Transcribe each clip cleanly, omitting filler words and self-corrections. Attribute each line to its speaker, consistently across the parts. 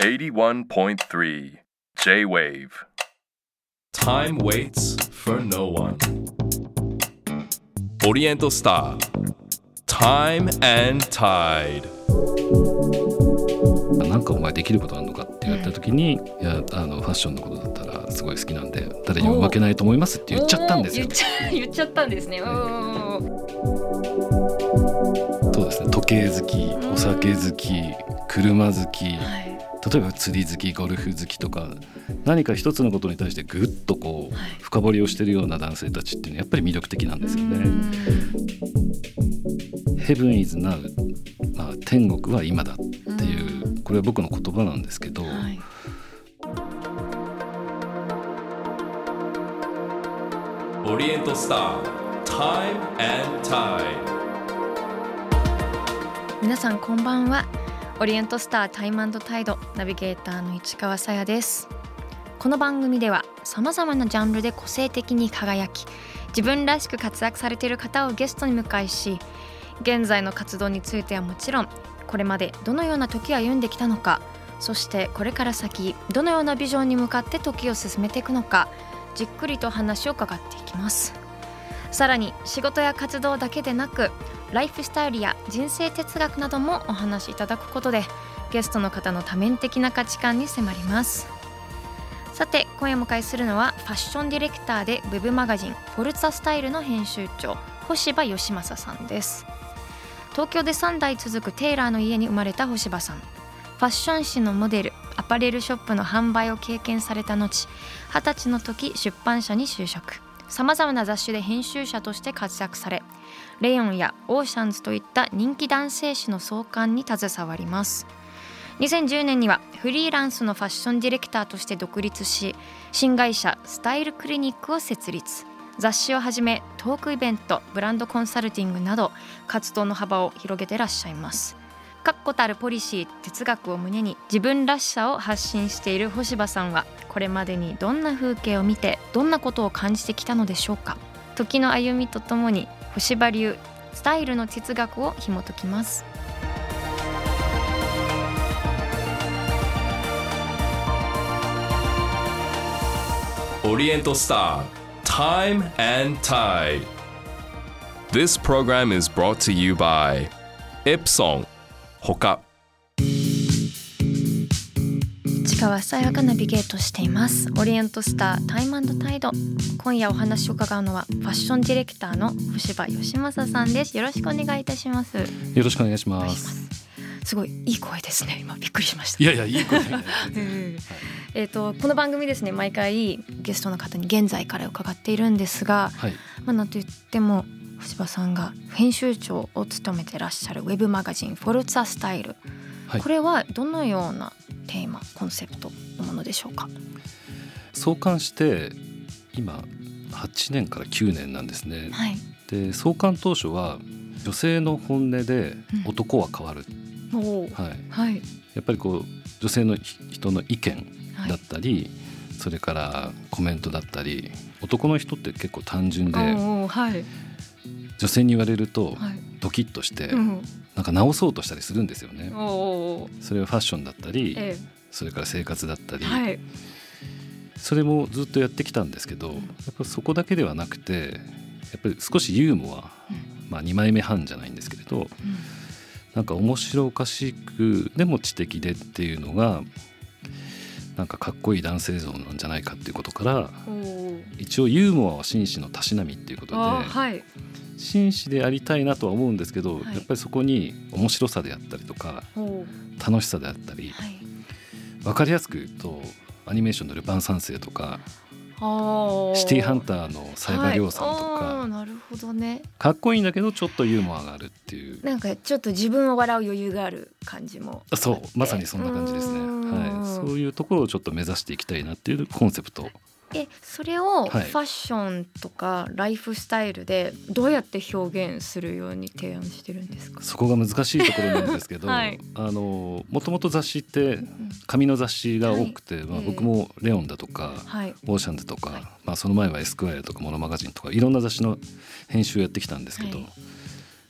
Speaker 1: 81.3 J-Wave
Speaker 2: Time waits for no one. Oriental Star Time and Tide
Speaker 3: なんかお前できることあるのかって言われた時に、いやファッションのことだったらすごい好きなんで誰にも負けないと思いますって言っちゃったんですよ。
Speaker 4: 言っちゃったんですね。
Speaker 3: そうですね、時計好き、お酒好き、車好き、例えば釣り好き、ゴルフ好きとか何か一つのことに対してぐっとこう深掘りをしているような男性たちっていうのはやっぱり魅力的なんですよね。Heaven is now、天国は今だっていうこれは僕の言葉なんですけど、
Speaker 2: オリエントスター Time and Tide
Speaker 4: 皆さんこんばんは。オリエントスタータイム&タイドナビゲーターの市川さやです。この番組ではさまざまなジャンルで個性的に輝き自分らしく活躍されている方をゲストに迎えし、現在の活動についてはもちろんこれまでどのような時を歩んできたのか、そしてこれから先どのようなビジョンに向かって時を進めていくのか、じっくりと話を伺っていきます。さらに仕事や活動だけでなくライフスタイルや人生哲学などもお話しいただくことでゲストの方の多面的な価値観に迫ります。さて今夜お迎えするのはファッションディレクターでウェブマガジンフォルツァスタイルの編集長干場義正さんです。東京で3代続くテーラーの家に生まれた干場さん、ファッション誌のモデル、アパレルショップの販売を経験された後、20歳の時出版社に就職、さまざまな雑誌で編集者として活躍され、レオンやオーシャンズといった人気男性誌の創刊に携わります。2010年にはフリーランスのファッションディレクターとして独立し、新会社スタイルクリニックを設立、雑誌をはじめトークイベント、ブランドコンサルティングなど活動の幅を広げてらっしゃいます。確固たるポリシー、哲学を胸に自分らしさを発信している干場さんはこれまでにどんな風景を見てどんなことを感じてきたのでしょうか。時の歩みとともに干場流スタイルの哲学を紐解きます。
Speaker 2: オリエントスター Time and Tide This program is brought to you by Epson ほか
Speaker 4: 市川さやがナビゲートしていますオリエントスタータイム&タイド。今夜お話を伺うのはファッションディレクターの干場義正さんです。よろしくお願いいたします。
Speaker 3: よろしくお願いします。
Speaker 4: すごいいい声ですね。今びっくりしました。
Speaker 3: いやいい声じゃない
Speaker 4: この番組ですね、毎回ゲストの方に現在から伺っているんですが、なんといっても干場さんが編集長を務めてらっしゃるウェブマガジンフォルツァスタイル、これはどのようなテーマ、コンセプトのものでしょうか。
Speaker 3: 創刊して今8年から9年なんですね。で創刊当初は女性の本音で男は変わる、やっぱりこう女性の人の意見だったり、それからコメントだったり、男の人って結構単純で、女性に言われるとドキッとして、なんか直そうとしたりするんですよね。それはファッションだったり、それから生活だったり、それもずっとやってきたんですけど、やっぱそこだけではなくて、やっぱり少しユーモア、2枚目半じゃないんですけれど、なんか面白おかしくでも知的でっていうのがなんかかっこいい男性像なんじゃないかっていうことから、一応ユーモアは紳士のたしなみっていうことで、紳士でありたいなとは思うんですけど、やっぱりそこに面白さであったりとか楽しさであったり、分かりやすく言うとアニメーションのルパン三世とかシティハンターの冴羽りょうさんとか、
Speaker 4: なるほどね、
Speaker 3: かっこいいんだけどちょっとユーモアがあるっていう、
Speaker 4: なんかちょっと自分を笑う余裕がある感じも。
Speaker 3: そう、まさにそんな感じですね。そういうところをちょっと目指していきたいなっていうコンセプト。
Speaker 4: それをファッションとかライフスタイルでどうやって表現するように提案してるんですか。
Speaker 3: そこが難しいところなんですけど、もともと雑誌って紙の雑誌が多くて、僕もレオンだとか、オーシャンズとか、その前はエスクワイアとかモノマガジンとかいろんな雑誌の編集をやってきたんですけど、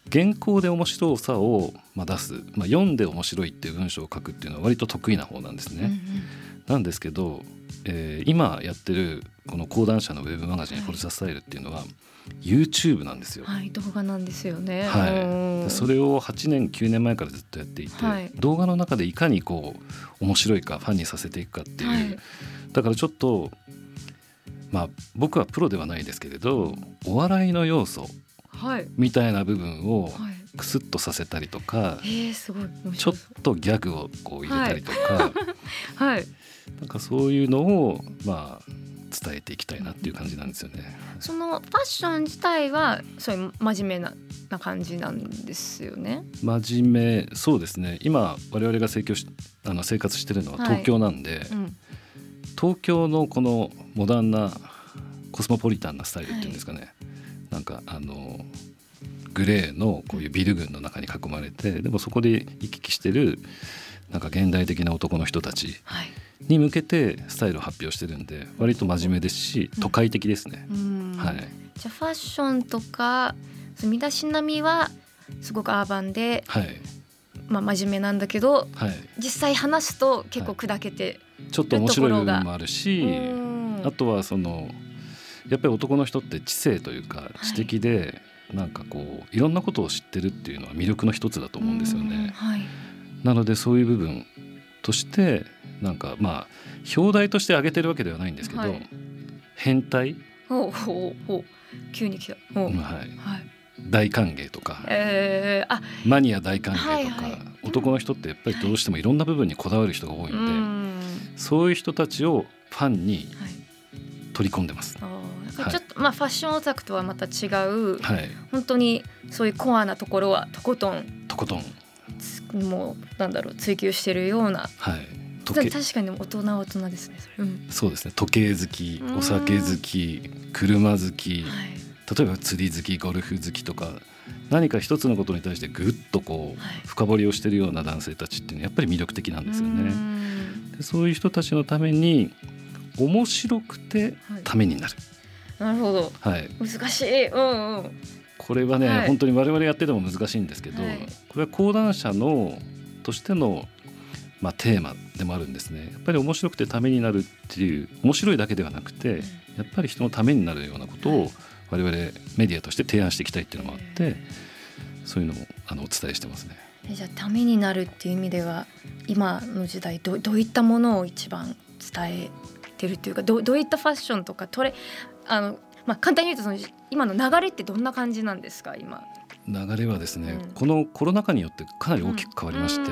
Speaker 3: 原稿で面白さを出す、読んで面白いっていう文章を書くっていうのは割と得意な方なんですね、なんですけど、今やってるこの講談社のウェブマガジンフォルツァスタイルっていうのは YouTube なんですよ。
Speaker 4: 動画なんですよね。
Speaker 3: でそれを8年9年前からずっとやっていて、動画の中でいかにこう面白いかファンにさせていくかっていう、だからちょっと僕はプロではないですけれどお笑いの要素みたいな部分をクスッとさせたりとか、
Speaker 4: すごい
Speaker 3: ちょっとギャグをこう入れたりとか、なんかそういうのを伝えていきたいなっていう感じなんですよね。
Speaker 4: そのファッション自体はそういう真面目な感じなんですよね。
Speaker 3: 真面目、そうですね。今我々が生活してるのは東京なんで、東京のこのモダンなコスモポリタンなスタイルっていうんですかね、なんかグレーのこういうビル群の中に囲まれて、でもそこで行き来してるなんか現代的な男の人たちに向けてスタイルを発表してるんで、割と真面目ですし都会的ですね。じゃあファッションとか身だしなみはすごくアーバンで、真面目なんだけど、実際話すと結構砕けて、ちょっと面白い部分もあるし、あとはやっぱり男の人って知性というか知的で、なんかこういろんなことを知ってるっていうのは魅力の一つだと思うんですよね。なのでそういう部分としてなんか表題として挙げてるわけではないんですけど、変態、
Speaker 4: 急に来た、
Speaker 3: 大歓迎とか、マニア大歓迎とか、男の人ってやっぱりどうしてもいろんな部分にこだわる人が多いんで、そういう人たちをファンに取り込んでます。
Speaker 4: ちょっとファッションオタクとはまた違う、本当にそういうコアなところはとことんもう追求してるような、確かに大人は大人ですね。
Speaker 3: そうですね。時計好き、お酒好き、車好き、例えば釣り好き、ゴルフ好きとか、何か一つのことに対してぐっとこう深掘りをしているような男性たちっていうのはやっぱり魅力的なんですよね。でそういう人たちのために面白くてためになる。
Speaker 4: なるほど、難しい、
Speaker 3: これはね、本当に我々やってても難しいんですけど、これは講談社のとしてのテーマでもあるんですね。やっぱり面白くてためになるっていう、面白いだけではなくて、やっぱり人のためになるようなことを我々メディアとして提案していきたいっていうのもあって、そういうのもお伝えしてますね。
Speaker 4: じゃあためになるっていう意味では今の時代 どういったものを一番伝えてるっていうか、どういったファッションとか簡単に言うと今の流れってどんな感じなんですか？今
Speaker 3: 流れはですね、このコロナ禍によってかなり大きく変わりまして、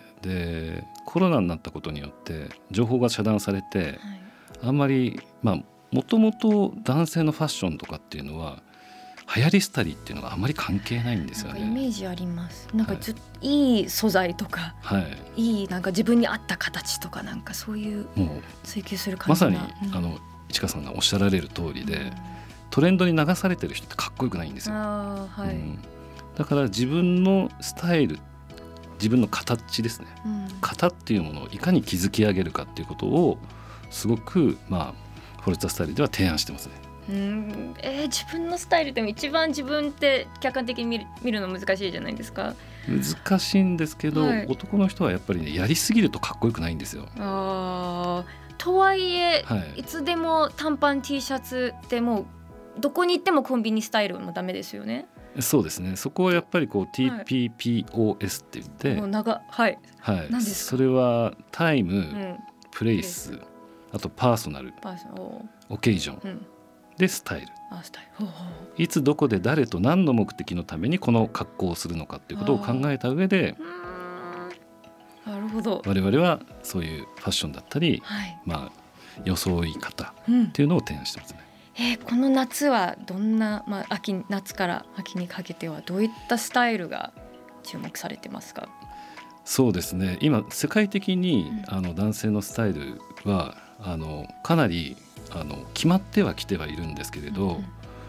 Speaker 3: でコロナになったことによって情報が遮断されて、あんまりもともと男性のファッションとかっていうのは流行り廃りっていうのがあんまり関係ないんですよね。
Speaker 4: イメージあります。なんかいい素材とか、いいなんか自分に合った形とか、なんかそういう追求する感じが、
Speaker 3: まさに市川さんがおっしゃられる通りで、トレンドに流されてる人ってかっこよくないんですよ。だから自分のスタイル、自分の形ですね、型っていうものをいかに築き上げるかっていうことをすごくフォルツァスタイルでは提案してますね。
Speaker 4: 自分のスタイルでも一番自分って客観的に見るの難しいじゃないですか。
Speaker 3: 難しいんですけど、男の人はやっぱりね、やりすぎるとかっこよくないんですよ。
Speaker 4: とはいえ、いつでも短パン T シャツでもどこに行ってもコンビニスタイルもダメですよね。
Speaker 3: そうですね。そこはやっぱりTPPOS って言って、何ですか？それはタイム、プレイス、あとパーソナル、オケージョン、でスタイル、いつどこで誰と何の目的のためにこの格好をするのかっていうことを考えた上で、
Speaker 4: なるほど、
Speaker 3: 我々はそういうファッションだったり、装い方っていうのを提案してますね。
Speaker 4: この夏はどんな、夏から秋にかけてはどういったスタイルが注目されてますか？
Speaker 3: そうですね、今世界的に男性のスタイルはかなり決まってはきてはいるんですけれど、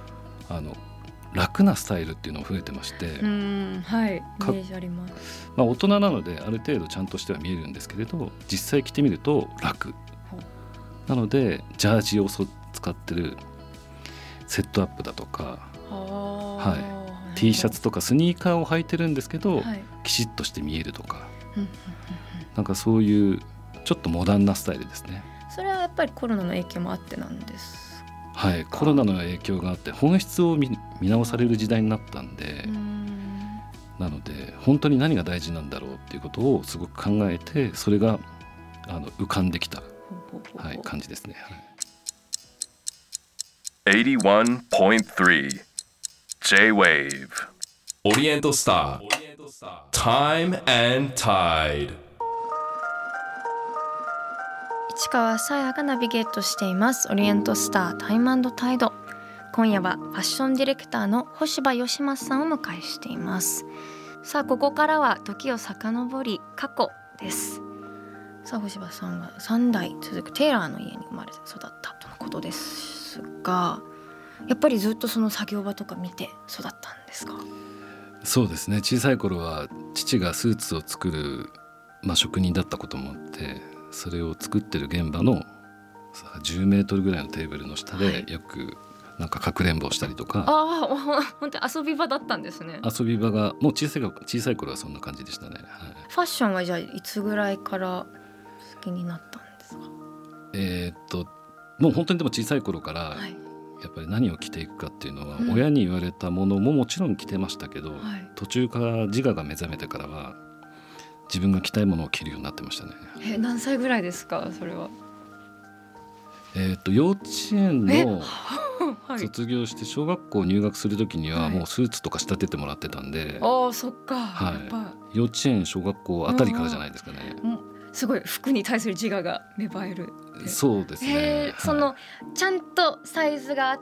Speaker 3: 楽なスタイルっていうのが増えてまして、イメ
Speaker 4: ージあります。
Speaker 3: 大人なのである程度ちゃんとしては見えるんですけれど、実際着てみると楽なので、ジャージを使ってるセットアップだとか、 T シャツとかスニーカーを履いてるんですけど、きちっとして見えるとか、なんかそういうちょっとモダンなスタイルですね。
Speaker 4: それはやっぱりコロナの影響もあってなんですか？
Speaker 3: はい、コロナの影響があって本質を 見直される時代になったんで、なので本当に何が大事なんだろうっていうことをすごく考えて、それが浮かんできた、はい、感じですね。
Speaker 1: 81.3 J-Wave
Speaker 2: オリエントスター Time and Tide。
Speaker 4: 市川さやがナビゲートしていますオリエントスタータイム&タイド。今夜はファッションディレクターの星葉義正さんを迎えしています。さあここからは時を遡り過去です。さあ星葉さんは3代続くテーラーの家に生まれ育ったとのことですが、やっぱりずっとその作業場とか見て育ったんですか？
Speaker 3: そうですね、小さい頃は父がスーツを作る、職人だったこともあって、それを作ってる現場の10メートルぐらいのテーブルの下でよくなんかかくれんぼをしたりとか、
Speaker 4: 本当に遊び場だったんですね。
Speaker 3: 遊び場がもう小さい頃はそんな感じでしたね。
Speaker 4: ファッションはじゃあいつぐらいから好きになったんですか？
Speaker 3: もう本当にでも小さい頃から、やっぱり何を着ていくかっていうのは、親に言われたものももちろん着てましたけど、途中から自我が目覚めてからは自分が着たいものを着るようになってましたね。
Speaker 4: 何歳ぐらいですかそれは？
Speaker 3: 幼稚園の卒業して小学校入学する時にはもうスーツとか仕立ててもらってたんで、
Speaker 4: そっか、
Speaker 3: 幼稚園小学校あたりからじゃないですかね。
Speaker 4: すごい服に対する自我が芽生える。
Speaker 3: そうですね、
Speaker 4: そのちゃんとサイズがあった、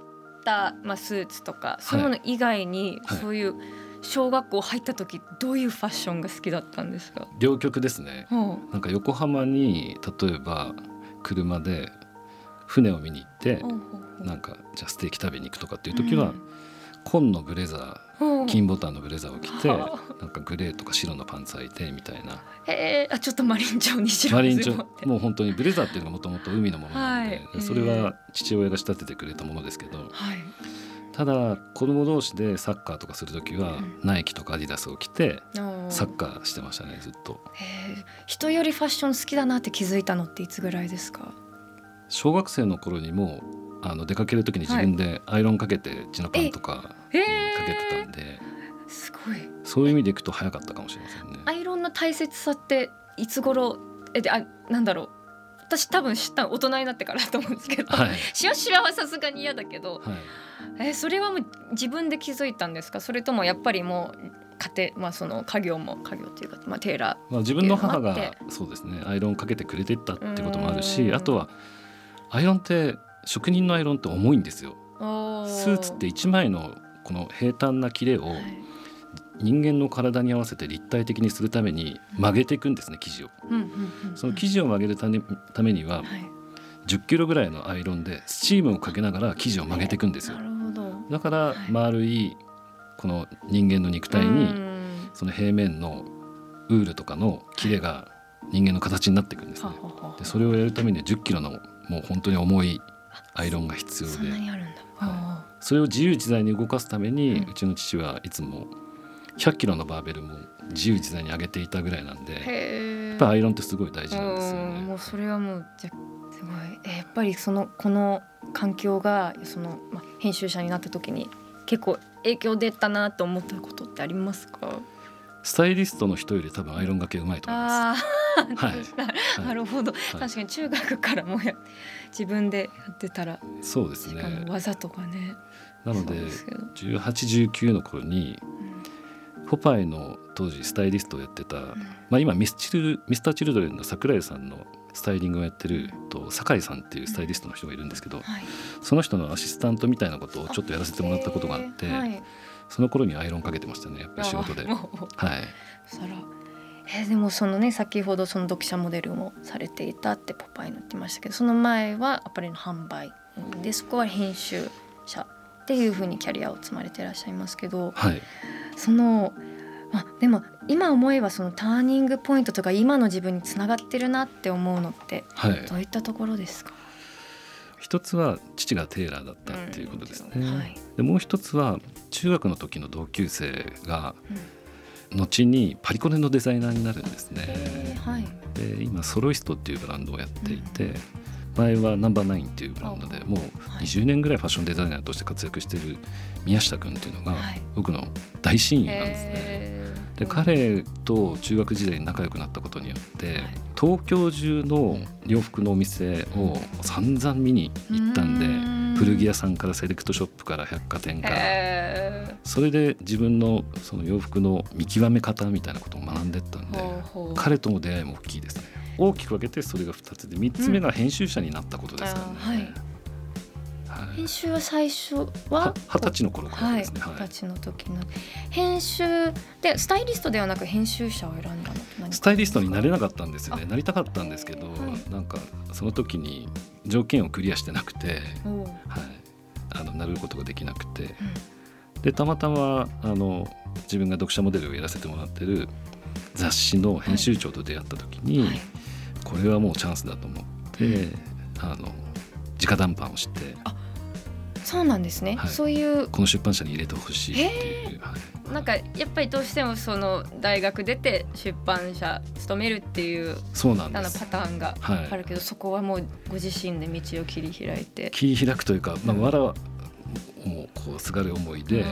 Speaker 4: スーツとかそういうもの以外に、そういう小学校入った時どういうファッションが好きだったんですか？
Speaker 3: 両極ですね。なんか横浜に例えば車で船を見に行って、なんかじゃあステーキ食べに行くとかっていう時は、紺のブレザー、金ボタンのブレザーを着て、なんかグレーとか白のパンツ履いてみたいな。
Speaker 4: ちょっとマリン調に白のズボンって。
Speaker 3: もう本当にブレザーっていうのがもともと海のものなので、それは父親が仕立ててくれたものですけど、ただ子供同士でサッカーとかする時は、ナイキとかアディダスを着てサッカーしてましたね、ずっと。
Speaker 4: 人よりファッション好きだなって気づいたのっていつぐらいですか？
Speaker 3: 小学生の頃にも出かける時に自分でアイロンかけてチノパンとかかけてたんで、
Speaker 4: すごい。
Speaker 3: そういう意味でいくと早かったかもしれませんね。
Speaker 4: アイロンの大切さっていつ頃なんだろう、私多分知ったの大人になってからだと思うんですけど、シワシワはさすがに嫌だけど、それはもう自分で気づいたんですか？それともやっぱりもう家庭、その家業っていうか、テーラー、
Speaker 3: 自分の母がそうですね、アイロンかけてくれてったってこともあるし、あとはアイロンって職人のアイロンって重いんですよ。スーツって1枚のこの平坦な切れを人間の体に合わせて立体的にするために曲げていくんですね、生地を。その生地を曲げるためには10キロぐらいのアイロンでスチームをかけながら生地を曲げていくんですよ。だから丸いこの人間の肉体にその平面のウールとかの切れが人間の形になっていくんですね。でそれをやるために10キロのもう本当に重いアイロンが必要で、それを自由自在に動かすために、うちの父はいつも100キロのバーベルも自由自在に上げていたぐらいなんで、やっぱりアイロンってすごい大事なんですよね。
Speaker 4: もうそれはもうすごい、やっぱりこの環境が編集者になった時に結構影響出たなと思ったことってありますか？
Speaker 3: スタイリストの人より多分アイロンがけうまいと思います。
Speaker 4: なるほど、確かに中学からも自分でやってたら、
Speaker 3: そうですね、
Speaker 4: しかも技とかね。
Speaker 3: なので18、19の頃に、ポパイの当時スタイリストをやってた、今ミスターチルドレンの桜井さんのスタイリングをやってる酒井さんっていうスタイリストの人がいるんですけど、その人のアシスタントみたいなことをちょっとやらせてもらったことがあって、その頃にアイロンかけてましたね、やっぱり仕事で。
Speaker 4: でもそのね、先ほどその読者モデルもされていたってポパイの言ってましたけど、その前はアパレルの販売で、そこは編集者っていう風にキャリアを積まれていらっしゃいますけど、でも今思えばそのターニングポイントとか今の自分につながってるなって思うのって、どういったところですか？
Speaker 3: 一つは父がテーラーだったっていうことですね、でもう一つは中学の時の同級生が後にパリコレのデザイナーになるんですね、で今ソロイストっていうブランドをやっていて、前はナンバーナインっていうブランドでもう20年ぐらいファッションデザイナーとして活躍している宮下君っていうのが僕の大親友なんですね、で彼と中学時代に仲良くなったことによって東京中の洋服のお店を散々見に行ったんで、古着屋さんからセレクトショップから百貨店から、それで自分のその洋服の見極め方みたいなことを学んでったんで、彼との出会いも大きいですね。大きく分けてそれが2つで、3つ目が編集者になったことですからね、
Speaker 4: 編集は最初は
Speaker 3: 20歳の頃からですね、
Speaker 4: 20歳の時の編集で、スタイリストではなく編集者を選んだの？
Speaker 3: スタイリストになれなかったんですよね。なりたかったんですけど、なんかその時に条件をクリアしてなくて、なることができなくて、でたまたま自分が読者モデルをやらせてもらってる雑誌の編集長と出会った時に、これはもうチャンスだと思って、直談判をして。
Speaker 4: そうなんですね、そういう
Speaker 3: この出版社に入れてほしいっていう、
Speaker 4: なんかやっぱりどうしてもその大学出て出版社勤めるっていう
Speaker 3: そうなんです
Speaker 4: パターンがあるけど、そこはもうご自身で道を切り開いて、
Speaker 3: 切り開くというか、わらもうこうすがる思いで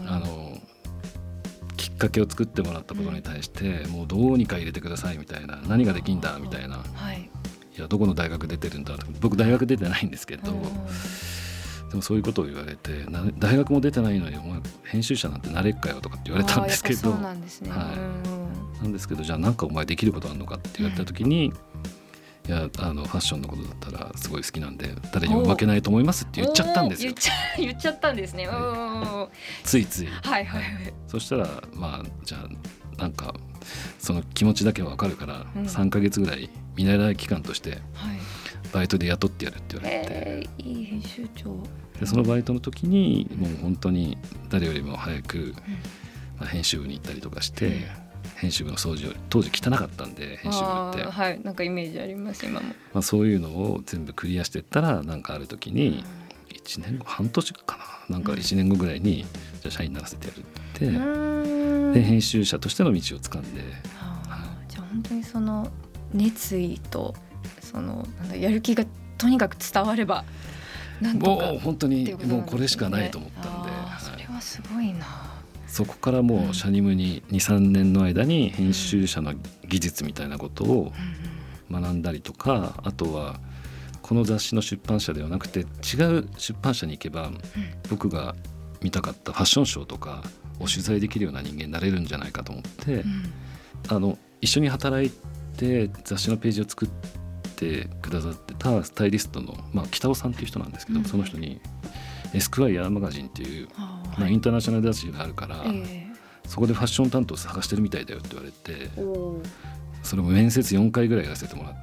Speaker 3: きっかけを作ってもらったことに対して、もうどうにか入れてくださいみたいな、何ができんだみたいな、いやどこの大学出てるんだと、僕大学出てないんですけど、でもそういうことを言われて、大学も出てないのにお前編集者なんてなれっかよとかって言われたんですけど、
Speaker 4: なんですね、
Speaker 3: なんですけど、じゃあなんかお前できることあるのかって言われた時に、いやファッションのことだったらすごい好きなんで誰にも負けないと思いますって言っちゃったんですよ。
Speaker 4: 言っちゃったんですね、
Speaker 3: ついつい、そしたらじゃあなんかその気持ちだけは分かるから、3ヶ月ぐらい見習い期間としてバイトで雇ってやるって言われて、
Speaker 4: いい編集長
Speaker 3: でそのバイトの時にもう本当に誰よりも早く、編集部に行ったりとかして、編集部の掃除を当時汚かったんで、編集部って
Speaker 4: なんかイメージあります今も、
Speaker 3: そういうのを全部クリアしていったら、なんかある時に1年後半年かな、なんか1年後ぐらいに、じゃあ社員にならせてやるって言って、で編集者としての道を掴んで、
Speaker 4: じゃあ本当にその熱意とそのやる気がとにかく伝わればなんとか、
Speaker 3: もう本当にもうこれしかないと思ったんで、
Speaker 4: それはすごいな。
Speaker 3: そこからもうシャニムに 2,3 年の間に編集者の技術みたいなことを学んだりとか、あとはこの雑誌の出版社ではなくて違う出版社に行けば、僕が見たかったファッションショーとかを取材できるような人間になれるんじゃないかと思って、一緒に働いて雑誌のページを作ってくださってたスタイリストの、北尾さんっていう人なんですけど、その人にエスクワイヤーマガジンっていうインターナショナル雑誌があるから、そこでファッション担当探してるみたいだよって言われて、それも面接4回ぐらいやらせてもらって、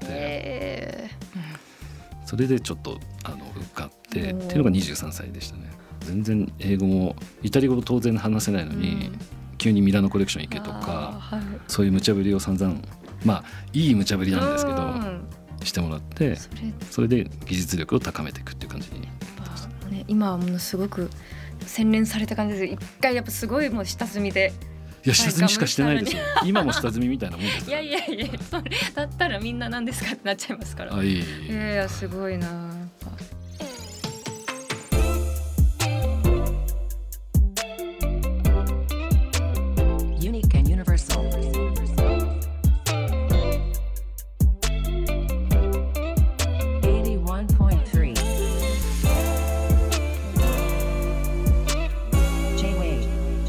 Speaker 3: それでちょっと受かってっていうのが23歳でしたね。全然英語もイタリア語も当然話せないのに、急にミラノコレクション行けとか、そういう無茶ぶりを散々、いい無茶ぶりなんですけど、してもらって、それで技術力を高めていくっていう感じに、
Speaker 4: 今はものすごく洗練された感じです。一回やっぱすごいもう下積みで、
Speaker 3: いや下積みしかしてないですよ今も下積みみたいなもんですから、
Speaker 4: いやそれだったらみんな何ですかってなっちゃいますから。いやすごいな。
Speaker 5: Unique and universal. J-Wave.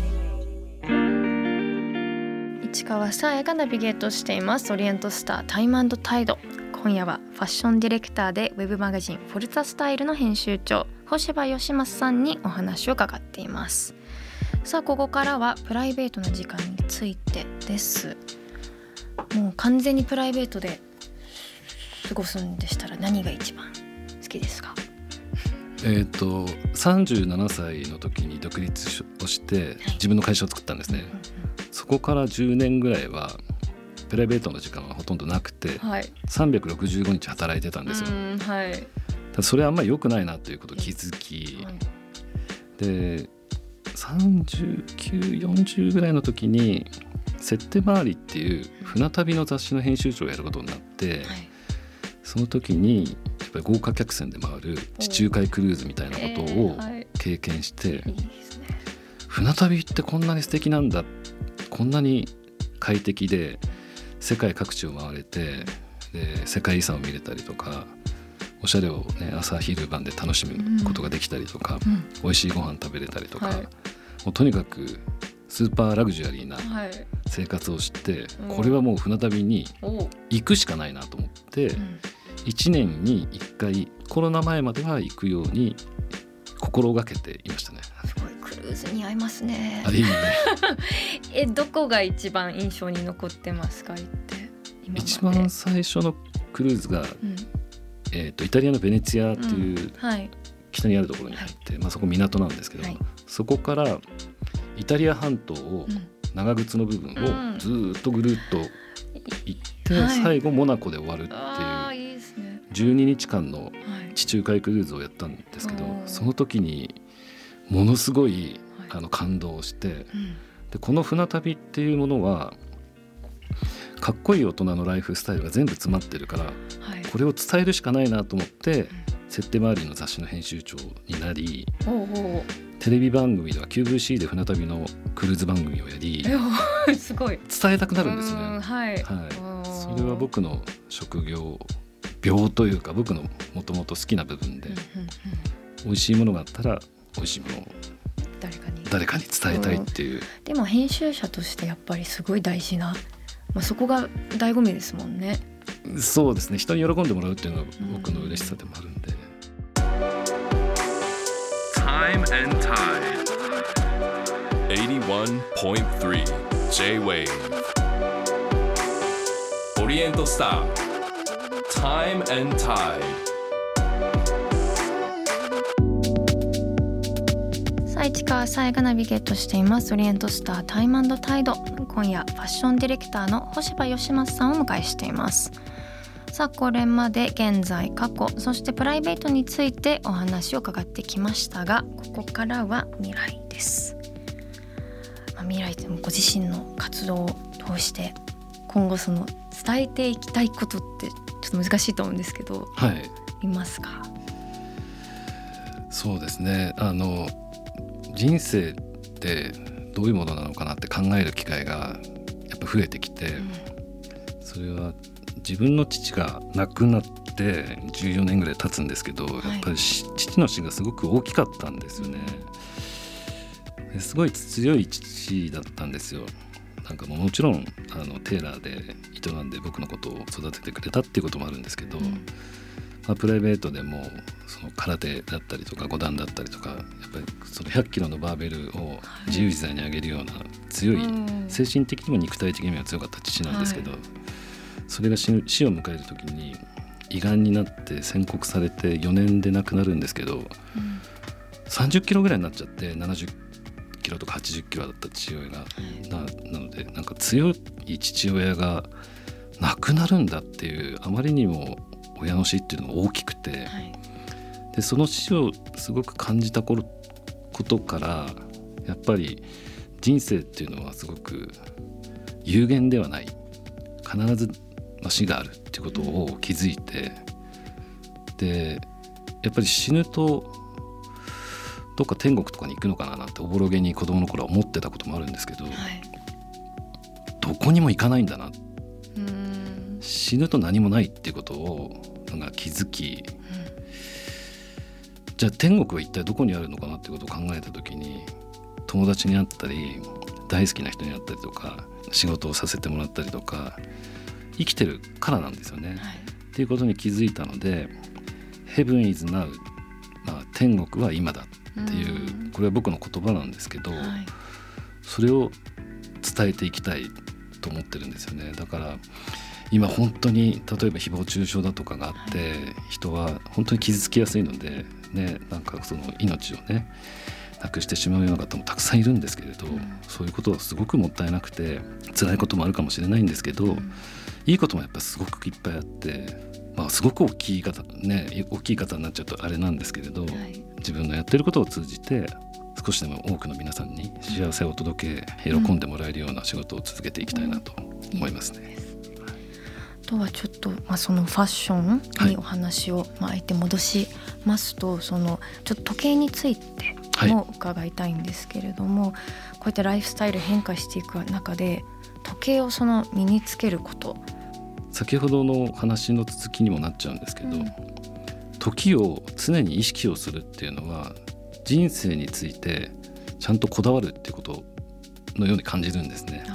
Speaker 4: 市川さやがナビゲートしていますオリエントスタータイム&タイド。今夜はファッションディレクターでウェブマガジンフォルツァスタイルの編集長星葉義正さんにお話を伺っています。さあここからはプライベートな時間についてです。もう完全にプライベートで過ごすんでしたら何が一番好きですか
Speaker 3: ？37歳の時に独立をして自分の会社を作ったんですね、そこから10年ぐらいはプライベートの時間はほとんどなくて、365日働いてたんですよ、 それはあんまり良くないなということを気づき、で39、40ぐらいの時にセッテ回りっていう船旅の雑誌の編集長をやることになって、その時にやっぱり豪華客船で回る地中海クルーズみたいなことを経験して、船旅ってこんなに素敵なんだ、こんなに快適で世界各地を回れて、で世界遺産を見れたりとか、おしゃれを、ね、朝昼晩で楽しむことができたりとか、美味しいご飯食べれたりとか、もうとにかくスーパーラグジュアリーな生活をして、これはもう船旅に行くしかないなと思って、1年に1回コロナ前までは行くように心がけていましたね。
Speaker 4: すごいクルーズに合いますね。
Speaker 3: あれいいね
Speaker 4: どこが一番印象に残ってますか？って
Speaker 3: 一番最初のクルーズが、イタリアのベネツィアっていう北にあるところに入って、そこ港なんですけど、そこからイタリア半島を長靴の部分をずっとぐるっと行って、最後モナコで終わるっていう12日間の地中海クルーズをやったんですけど、その時にものすごい感動して、でこの船旅っていうものはかっこいい大人のライフスタイルが全部詰まってるから、これを伝えるしかないなと思って、設定周りの雑誌の編集長になり、テレビ番組では QVC で船旅のクルーズ番組をやり
Speaker 4: すごい
Speaker 3: 伝えたくなるんですよね。それは僕の職業病というか、僕のもともと好きな部分で、美味しいものがあったら美味しいものを誰かに伝えたいっていう。
Speaker 4: でも編集者としてやっぱりすごい大事な、そこが醍醐味ですもんね。
Speaker 3: そうですね、人に喜んでもらうっていうのが僕の嬉しさでもあるんで。
Speaker 1: Time and Tide
Speaker 2: 81.3 J-Wave オリエントスター Time and Tide。
Speaker 4: 市川さやがナビゲートしていますオリエントスタータイム&タイド。今夜ファッションディレクターの星葉義正さんをお迎えしています。さあこれまで現在、過去、そしてプライベートについてお話を伺ってきましたが、ここからは未来です。未来でもご自身の活動を通して今後その伝えていきたいことってちょっと難しいと思うんですけど、いますか？
Speaker 3: そうですね、人生ってどういうものなのかなって考える機会がやっぱ増えてきて、それは自分の父が亡くなって14年ぐらい経つんですけど、やっぱり父の死がすごく大きかったんですよね。すごい強い父だったんですよ。なんかもちろんテーラーで営んで僕のことを育ててくれたっていうこともあるんですけど、プライベートでもその空手だったりとか五段だったりとか、やっぱりその100キロのバーベルを自由自在に上げるような強い、精神的にも肉体的にも強かった父なんですけど、それが死を迎える時に胃がんになって宣告されて4年で亡くなるんですけど、30キロぐらいになっちゃって、70キロとか80キロだった父親が、なのでなんか強い父親が亡くなるんだっていう、あまりにも親の死っていうのが大きくて、でその死をすごく感じたことから、やっぱり人生っていうのはすごく有限ではない、必ず死があるっていうことを気づいて、でやっぱり死ぬとどっか天国とかに行くのかななんておぼろげに子供の頃は思ってたこともあるんですけど、どこにも行かないんだな、死ぬと何もないっていうことを気づき、じゃあ天国は一体どこにあるのかなっていうことを考えた時に、友達に会ったり大好きな人に会ったりとか、仕事をさせてもらったりとか、生きてるからなんですよね、っていうことに気づいたので、 Heaven is now、天国は今だっていう、これは僕の言葉なんですけど、それを伝えていきたいと思ってるんですよね。だから今本当に例えば誹謗中傷だとかがあって、人は本当に傷つきやすいので、なんかその命をなくしてしまうような方もたくさんいるんですけれど、そういうことはすごくもったいなくて、辛いこともあるかもしれないんですけど、いいこともやっぱりすごくいっぱいあって、 すごく大きい方になっちゃうとあれなんですけれど、自分のやってることを通じて少しでも多くの皆さんに幸せをお届け、喜んでもらえるような仕事を続けていきたいなと思いますね。
Speaker 4: あとはちょっと、そのファッションにお話を相手戻しますと、そのちょっと時計についても伺いたいんですけれども、こうやってライフスタイル変化していく中で時計をその身につけること、
Speaker 3: 先ほどの話の続きにもなっちゃうんですけど、時を常に意識をするっていうのは人生についてちゃんとこだわるっていうことのように感じるんですね。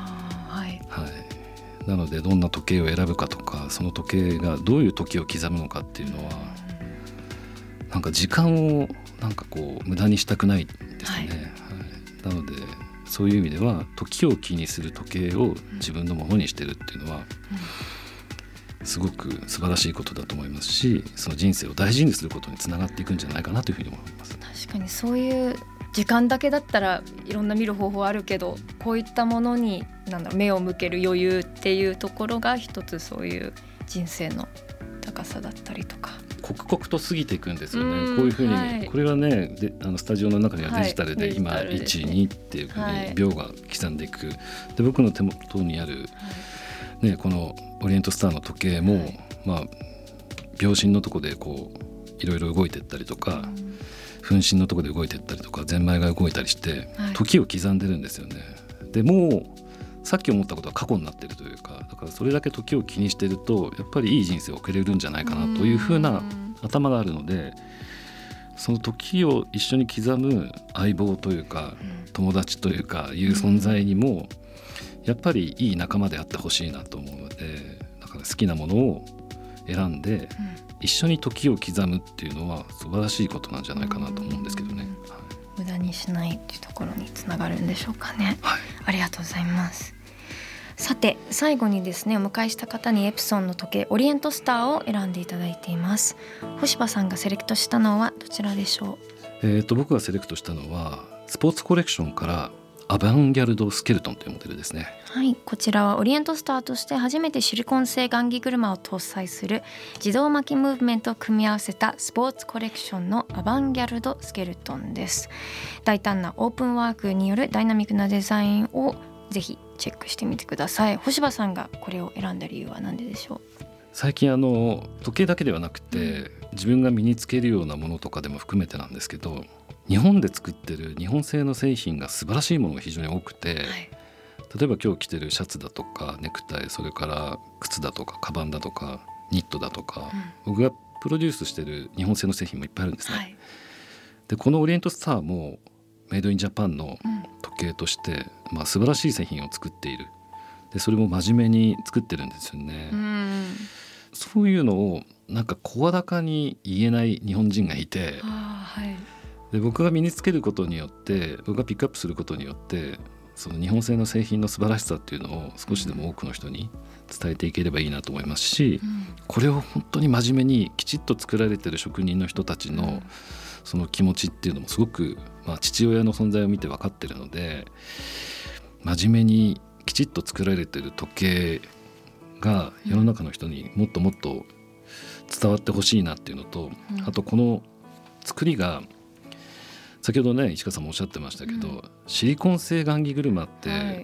Speaker 3: なのでどんな時計を選ぶかとか、その時計がどういう時を刻むのかっていうのは、なんか時間を無駄にしたくないですね。なのでそういう意味では時を気にする時計を自分のものにしてるっていうのはすごく素晴らしいことだと思いますし、その人生を大事にすることにつながっていくんじゃないかなというふうに思います。
Speaker 4: 確かにそういう時間だけだったらいろんな見る方法あるけど、こういったものに目を向ける余裕っていうところが一つそういう人生の高さだったりとか、
Speaker 3: 刻々と過ぎていくんですよね。こういうふうに、これはねでスタジオの中にはデジタルで今 1,2 っていうふうに秒が刻んでいく。で僕の手元にある、このオリエントスターの時計も、秒針のとこでいろいろ動いていったりとか、分針のとこで動いていったりとか、ゼンマイが動いたりして時を刻んでるんですよね。でもうさっき思ったことは過去になってるというか、だからそれだけ時を気にしてるとやっぱりいい人生を送れるんじゃないかなというふうな頭があるので、その時を一緒に刻む相棒というか、友達というかいう存在にもやっぱりいい仲間であってほしいなと思うので、だから好きなものを選んで一緒に時を刻むっていうのは素晴らしいことなんじゃないかなと思うんですけどね。
Speaker 4: 無駄にしないっていうところにつながるんでしょうかね。ありがとうございます。さて最後にですね、お迎えした方にエプソンの時計オリエントスターを選んでいただいています。星葉さんがセレクトしたのはどちらでしょ
Speaker 3: う？僕がセレクトしたのはスポーツコレクションからアバンギャルドスケルトンというモデルですね。
Speaker 4: はい、こちらはオリエントスターとして初めてシリコン製雁木車を搭載する自動巻きムーブメントを組み合わせたスポーツコレクションのアバンギャルドスケルトンです。大胆なオープンワークによるダイナミックなデザインをぜひチェックしてみてください。星葉さんがこれを選んだ理由は何ででしょう？
Speaker 3: 最近時計だけではなくて、自分が身につけるようなものとかでも含めてなんですけど、日本で作ってる日本製の製品が素晴らしいものが非常に多くて、例えば今日着てるシャツだとかネクタイ、それから靴だとかカバンだとかニットだとか、僕がプロデュースしてる日本製の製品もいっぱいあるんですね。でこのオリエントスターもメイドインジャパンの時計として、素晴らしい製品を作っている。でそれも真面目に作ってるんですよね。そういうのを声高に言えない日本人がいて、で僕が身につけることによって、僕がピックアップすることによって、その日本製の製品の素晴らしさっていうのを少しでも多くの人に伝えていければいいなと思いますし、これを本当に真面目にきちっと作られてる職人の人たちのその気持ちっていうのもすごく、父親の存在を見て分かってるので、真面目にきちっと作られてる時計が世の中の人にもっともっと伝わってほしいなっていうのと、あとこの作りが先ほどね石川さんもおっしゃってましたけど、シリコン製雁木車って、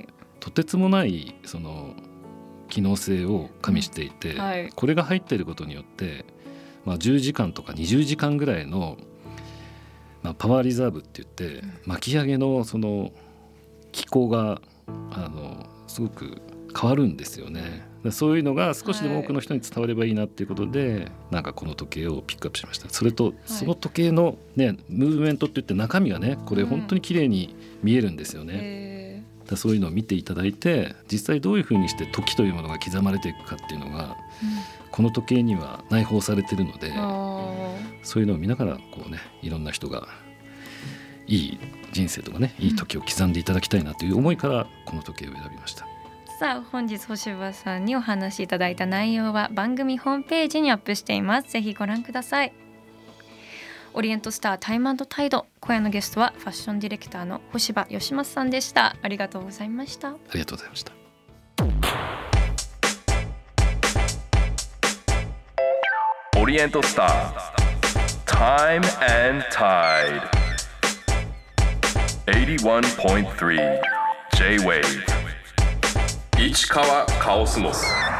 Speaker 3: とてつもないその機能性を加味していて、これが入っていることによって、10時間とか20時間ぐらいの、パワーリザーブって言って巻き上げのその機構がすごく変わるんですよね。そういうのが少しでも多くの人に伝わればいいなっていうことで、この時計をピックアップしました。それとその時計の、ムーブメントって言って中身がね、これ本当に綺麗に見えるんですよね。そういうのを見ていただいて、実際どういうふうにして時というものが刻まれていくかっていうのが、この時計には内包されているので、そういうのを見ながらいろんな人がいい人生とかね、いい時を刻んでいただきたいなという思いからこの時計を選びました。
Speaker 4: さあ本日星葉さんにお話しいただいた内容は番組ホームページにアップしています。ぜひご覧ください。オリエントスタータイム&タイド、今夜のゲストはファッションディレクターの星葉義正さんでした。ありがとうございました。
Speaker 3: ありがとうございました。
Speaker 2: Oriental Star Time and Tide 81.3 J-Wave 市川カオスモス。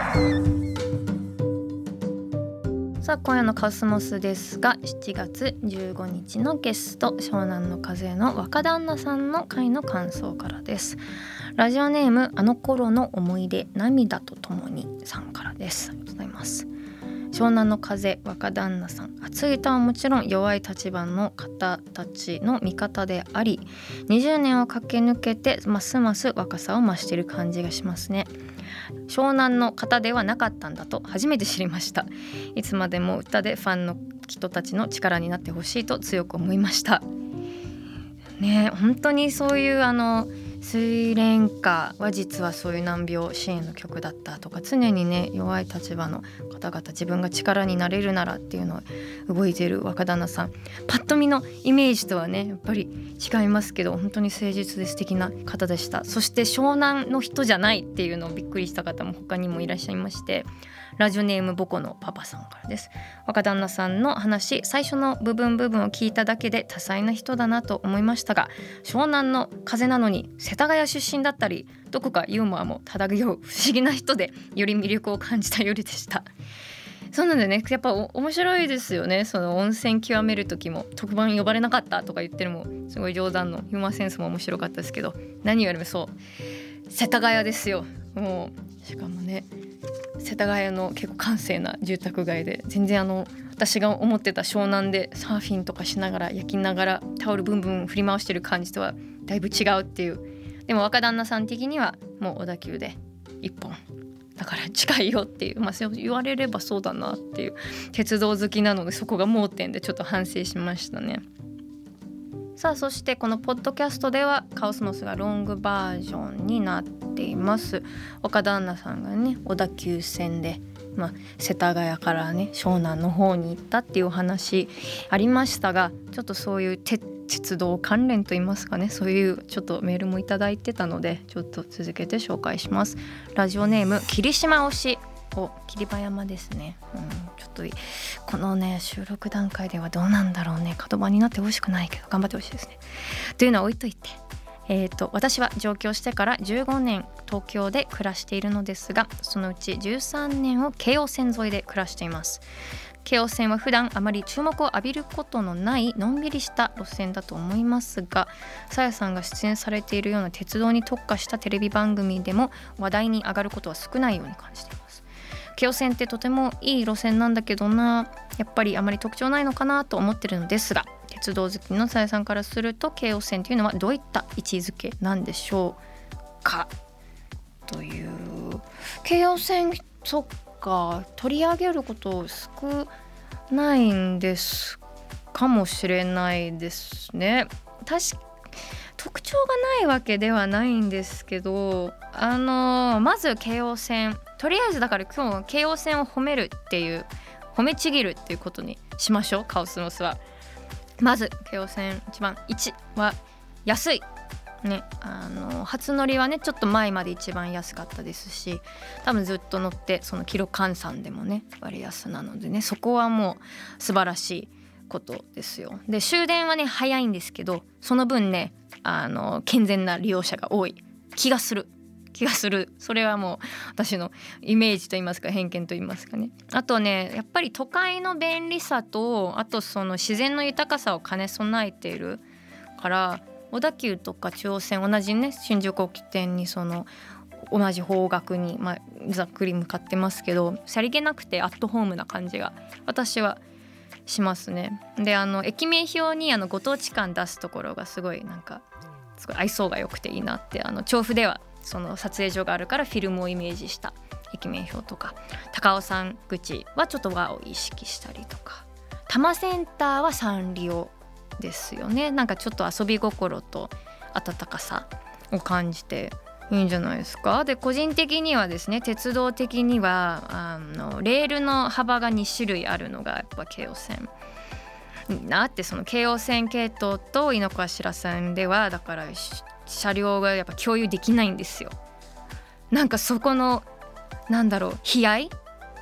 Speaker 4: さあ今夜のカオスモスですが、7月15日のゲスト湘南の風の若旦那さんの回の感想からです。ラジオネームあの頃の思い出涙とともにさんからです。ありがとうございます。湘南の風若旦那さん、熱い歌はもちろん弱い立場の方たちの味方であり、20年を駆け抜けてますます若さを増している感じがしますね。湘南の方ではなかったんだと初めて知りました。いつまでも歌でファンの人たちの力になってほしいと強く思いましたね。本当にそういう睡蓮花は実はそういう難病支援の曲だったとか、常にね弱い立場の方々、自分が力になれるならっていうのを動いている若旦那さん、パッと見のイメージとはねやっぱり違いますけど、本当に誠実で素敵な方でした。そして湘南の人じゃないっていうのをびっくりした方も他にもいらっしゃいまして、ラジオネームボコのパパさんからです。若旦那さんの話、最初の部分を聞いただけで多彩な人だなと思いましたが、湘南の風なのに世田谷出身だったり、どこかユーモアも漂う不思議な人で、より魅力を感じたよりでした。そうなんだよね、やっぱ面白いですよね。その温泉極める時も特番呼ばれなかったとか言ってるのもすごい冗談のユーモアセンスも面白かったですけど、何よりもそう世田谷ですよ。もうしかもね世田谷の結構閑静な住宅街で、全然私が思ってた湘南でサーフィンとかしながら焼きながらタオルブンブン振り回してる感じとはだいぶ違うっていう。でも若旦那さん的にはもう小田急で一本だから近いよっていう、そう言われればそうだなっていう、鉄道好きなのでそこが盲点でちょっと反省しましたね。さあそしてこのポッドキャストではカオスモスがロングバージョンになっています。若旦那さんがね小田急線で、世田谷からね湘南の方に行ったっていうお話ありましたが、ちょっとそういう鉄道関連といいますかね、そういうちょっとメールもいただいてたので、ちょっと続けて紹介します。ラジオネーム霧島推し、霧馬山ですね。ちょっとこのね収録段階ではどうなんだろうね、角番になってほしくないけど頑張ってほしいですね。というのは置いといて、私は上京してから15年東京で暮らしているのですが、そのうち13年を京王線沿いで暮らしています。京王線は普段あまり注目を浴びることのないのんびりした路線だと思いますが、さやさんが出演されているような鉄道に特化したテレビ番組でも話題に上がることは少ないように感じています。京王線ってとてもいい路線なんだけどな、やっぱりあまり特徴ないのかなと思ってるのですが、鉄道好きのさやさんからすると京王線というのはどういった位置づけなんでしょうかという。京王線、そっか、取り上げること少ないんですかもしれないですね。特徴がないわけではないんですけど、まず京王線、とりあえずだから今日は京王線を褒めるっていう、褒めちぎるっていうことにしましょう。カオスモスはまず京王線一番1は安いね。初乗りはねちょっと前まで一番安かったですし、多分ずっと乗ってそのキロ換算でもね割安なのでね、そこはもう素晴らしいことですよ。で終電はね早いんですけど、その分ね健全な利用者が多い気がする。それはもう私のイメージといいますか偏見といいますかね。あとねやっぱり都会の便利さと、あとその自然の豊かさを兼ね備えているから、小田急とか中央線同じね新宿を起点にその同じ方角に、ざっくり向かってますけど、さりげなくてアットホームな感じが私はしますね。で駅名表にご当地感出すところがすごい愛想が良くていいなって。調布ではその撮影所があるからフィルムをイメージした駅名表とか、高尾山口はちょっと和を意識したりとか、多摩センターはサンリオですよね。ちょっと遊び心と温かさを感じていいんじゃないですか。で個人的にはですね、鉄道的にはレールの幅が2種類あるのがやっぱ京王線なって。その京王線系統と井の頭線ではだから車両がやっぱ共有できないんですよ。そこの悲哀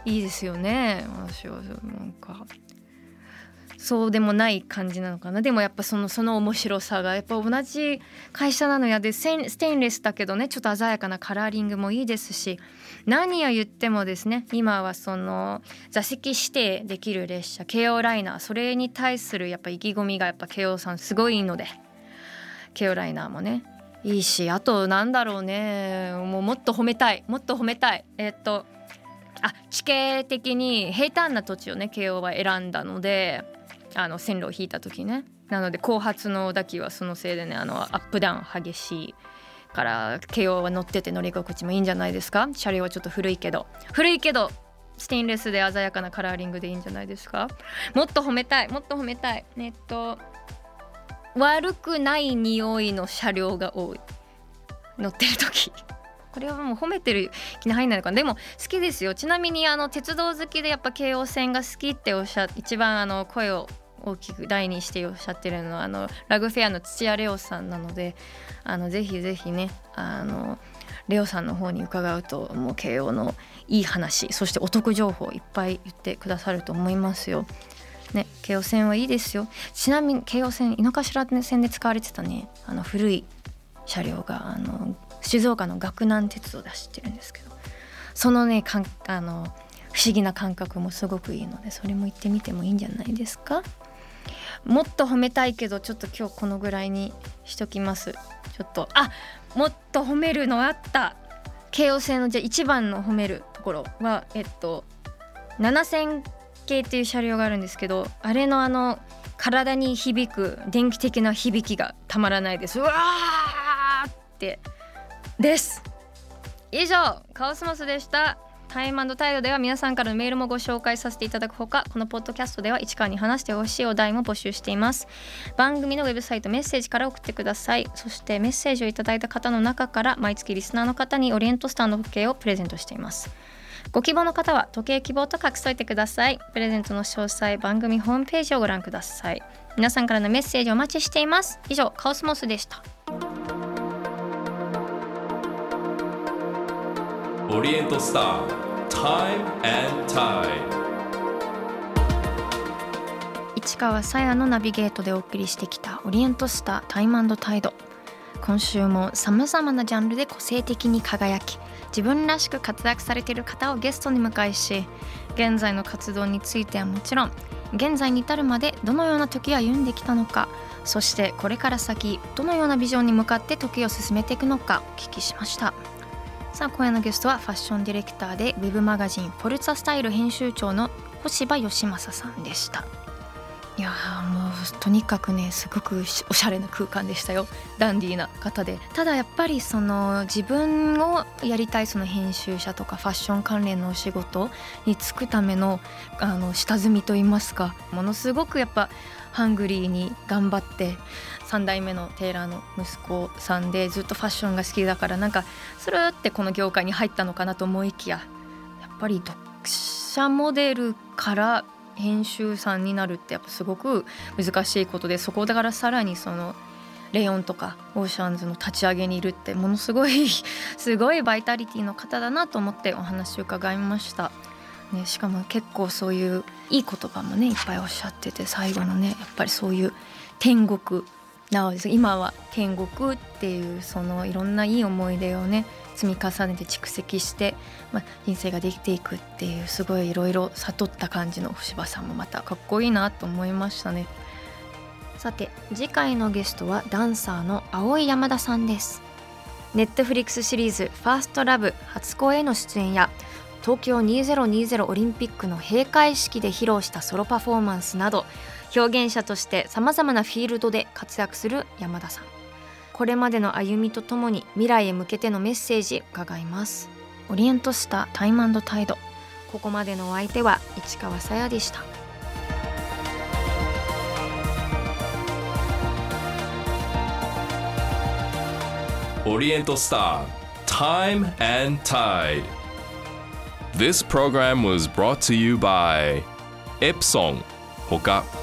Speaker 4: いいですよね。私はなんかそうでもない感じなのかな。でもやっぱその面白さがやっぱ同じ会社なのやで、ステンレスだけどね、ちょっと鮮やかなカラーリングもいいですし、何を言ってもですね、今はその座席指定できる列車京王ライナー、それに対するやっぱ意気込みがやっぱ京王さんすごいので、京王ライナーもねいいし、あとなんだろうね、もっと褒めたい。地形的に平坦な土地をね京王は選んだので、線路を引いた時ね、なので後発の小田急はそのせいでねアップダウン激しいから京王は乗ってて乗り心地もいいんじゃないですか。車両はちょっと古いけどステンレスで鮮やかなカラーリングでいいんじゃないですか。もっと褒めたい。悪くない匂いの車両が多い、乗ってる時。これはもう褒めてる気に入んないのかな。でも好きですよ。ちなみに鉄道好きでやっぱ京王線が好きって一番声を大きく大にしておっしゃってるのはラグフェアの土屋レオさんなので、ぜひぜひねレオさんの方に伺うともう京王のいい話、そしてお得情報いっぱい言ってくださると思いますよね。京王線はいいですよ。ちなみに京王線井の頭線で使われてたね古い車両が静岡の岳南鉄道で走ってるんですけど、そのね不思議な感覚もすごくいいので、それも行ってみてもいいんじゃないですか。もっと褒めたいけどちょっと今日このぐらいにしときます。ちょっともっと褒めるのあった。京王線のじゃあ一番の褒めるところは7000系っていう車両があるんですけど、あれの体に響く電気的な響きがたまらないです。うわーってです。以上カオスモスでした。タイム&タイドでは皆さんからのメールもご紹介させていただくほか、このポッドキャストでは市川に話してほしいお題も募集しています。番組のウェブサイトメッセージから送ってください。そしてメッセージをいただいた方の中から毎月リスナーの方にオリエントスターの時計をプレゼントしています。ご希望の方は時計希望と書き添えてください。プレゼントの詳細、番組ホームページをご覧ください。皆さんからのメッセージお待ちしています。以上カオスモスでした。
Speaker 2: オリエントスター Time and Tide、
Speaker 4: 市川さやのナビゲートでお送りしてきたオリエントスタータイム&タイド。今週もさまざまなジャンルで個性的に輝き、自分らしく活躍されている方をゲストに迎えし、現在の活動についてはもちろん、現在に至るまでどのような時を歩んできたのか、そしてこれから先どのようなビジョンに向かって時を進めていくのかお聞きしました。さあ今夜のゲストはファッションディレクターでウェブマガジンフォルツァスタイル編集長の星葉義正さんでした。いやもうとにかくねすごくおしゃれな空間でしたよ。ダンディーな方で、ただやっぱりその自分をやりたいその編集者とかファッション関連のお仕事に就くための下積みといいますか、ものすごくやっぱハングリーに頑張って、3代目のテーラーの息子さんでずっとファッションが好きだから、なんかスルーってこの業界に入ったのかなと思いきや、やっぱり読者モデルから編集さんになるってやっぱすごく難しいことで、そこだからさらにそのレオンとかオーシャンズの立ち上げにいるってものすごいすごいバイタリティの方だなと思ってお話を伺いました、ね、しかも結構そういういい言葉もねいっぱいおっしゃってて、最後のねやっぱりそういう天国なのです。今は天国っていうそのいろんないい思い出をね積み重ねて蓄積して、人生ができていくっていうすごいいろいろ悟った感じの星葉さんもまたかっこいいなと思いましたね。さて次回のゲストはダンサーの青井山田さんです。ネットフリックスシリーズファーストラブ初公への出演や東京2020オリンピックの閉会式で披露したソロパフォーマンスなど、表現者としてさまざまなフィールドで活躍する山田さん。これまでの歩みとともに未来へ向けてのメッセージ伺います。オリエントスタータイム&タイド。ここまでのお相手は市川さやでした。
Speaker 2: オリエントスター Time and Tide. This program was brought to you by Epson ほか